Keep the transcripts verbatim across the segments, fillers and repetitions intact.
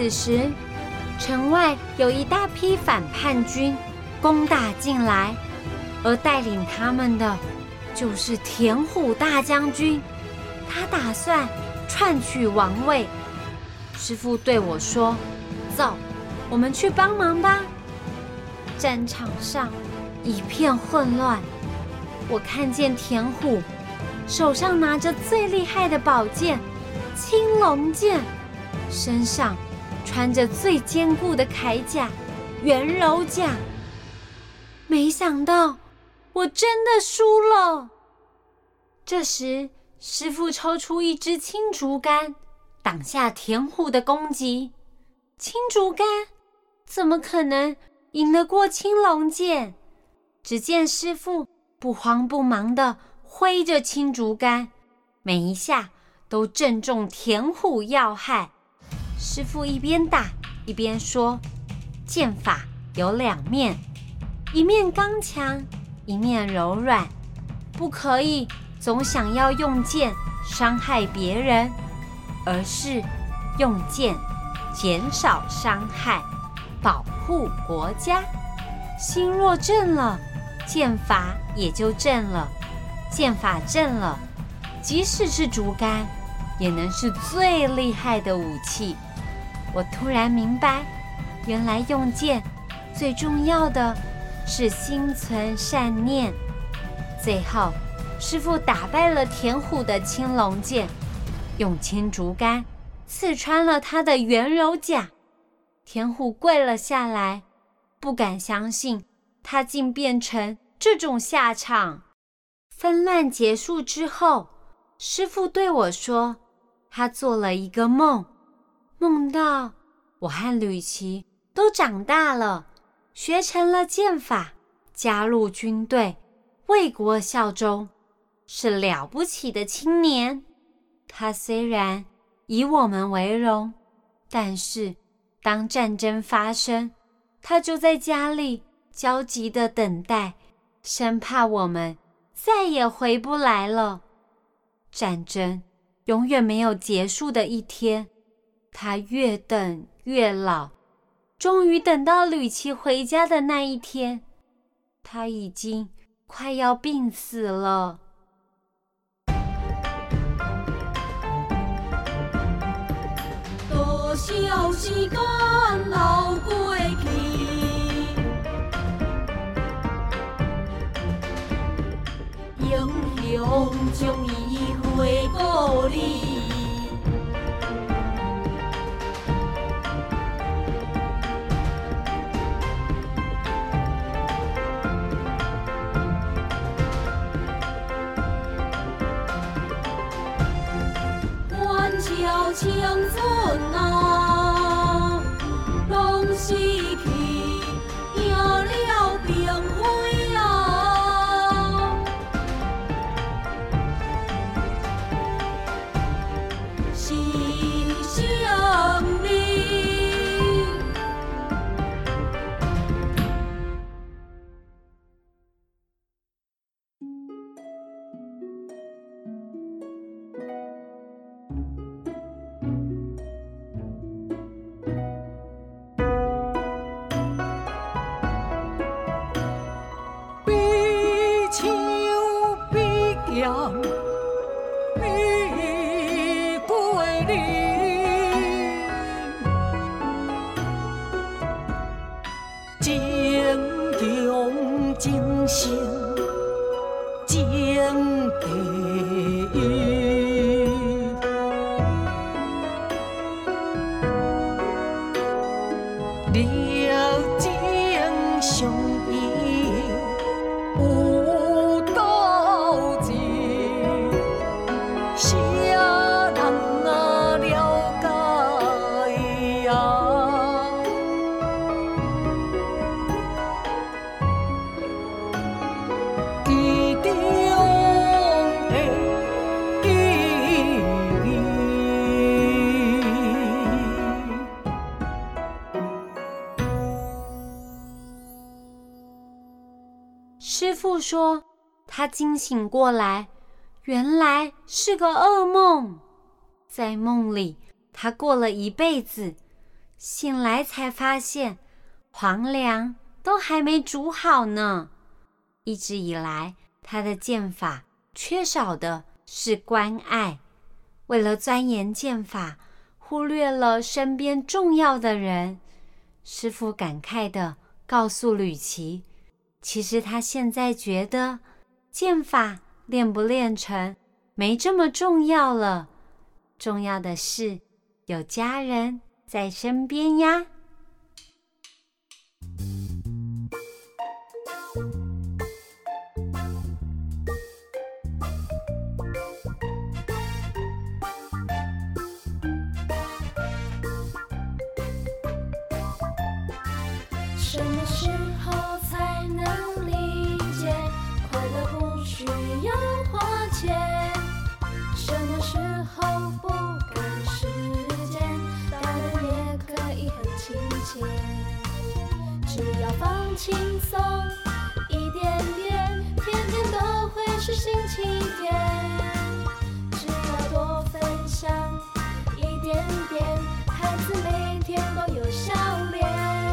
此时，城外有一大批反叛军攻打进来，而带领他们的就是田虎大将军。他打算篡取王位。师父对我说：“走，我们去帮忙吧。”战场上一片混乱，我看见田虎手上拿着最厉害的宝剑青龙剑，身上穿着最坚固的铠甲圆柔甲。没想到我真的输了。这时师父抽出一支青竹竿，挡下田虎的攻击。青竹竿怎么可能赢得过青龙剑？只见师父不慌不忙地挥着青竹竿，每一下都正中田虎要害。师父一边打一边说：“剑法有两面，一面刚强，一面柔软，不可以总想要用剑伤害别人，而是用剑减少伤害，保护国家。心若正了，剑法也就正了。剑法正了，即使是竹竿，也能是最厉害的武器。”我突然明白，原来用剑最重要的是心存善念。最后，师父打败了田虎的青龙剑，用青竹竿刺穿了他的圆柔甲。田虎跪了下来，不敢相信他竟变成这种下场。纷乱结束之后，师父对我说，他做了一个梦，梦到我和吕琦都长大了，学成了剑法，加入军队，为国效忠，是了不起的青年。他虽然以我们为荣，但是当战争发生，他就在家里焦急地等待，生怕我们再也回不来了。战争永远没有结束的一天，他越等越老，终于等到吕琦回家的那一天，他已经快要病死了。 多少时间流过去，英雄将伊回故里。阮青春啊，拢失去，赢了并非啊，是生命。 比桂林，精强精神，争第一。了情相依，有斗志。啥人啊了解啊？其中的意义。 师父说，他惊醒过来，原来是个噩梦。在梦里，他过了一辈子， 醒来才发现皇粮都还没煮好呢。一直以来，他的剑法缺少的是关爱，为了钻研剑法，忽略了身边重要的人。师父感慨地告诉吕奇，其实他现在觉得剑法练不练成没这么重要了，重要的是有家人在身边呀。 什么时候才能理解，快乐不需要花钱？什么时候不赶时间，大人也可以很亲切？只要放轻松一点点，天天都会是星期天。只要多分享一点点，孩子每天都有笑脸。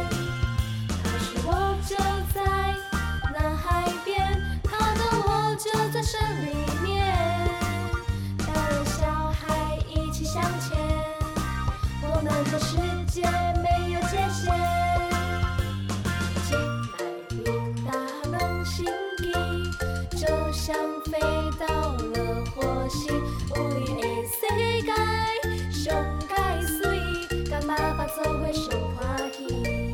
就在那海边，他的我就在山里面，大人小孩一起向前，我们的世界没有界限。进来领大龙心机，就像飞到了火星，有你的世界上介水，甲爸爸做伙上欢喜。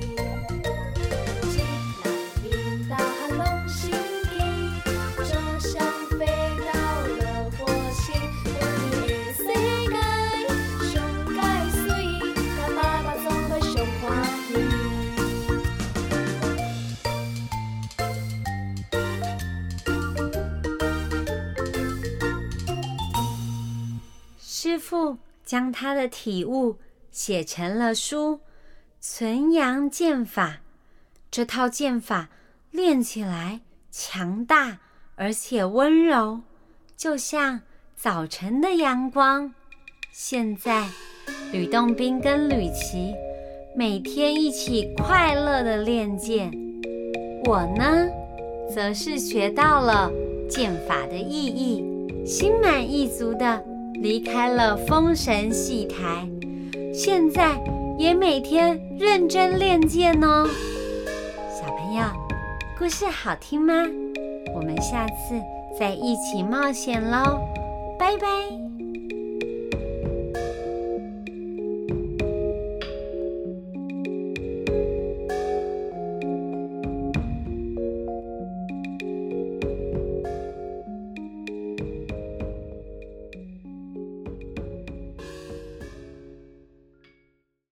师父将他的体悟写成了书《纯阳剑法》。这套剑法练起来强大而且温柔，就像早晨的阳光。现在吕洞宾跟吕奇每天一起快乐地练剑，我呢则是学到了剑法的意义，心满意足地离开了封神戏台，现在也每天认真练剑哦。小朋友，故事好听吗？我们下次再一起冒险喽，拜拜。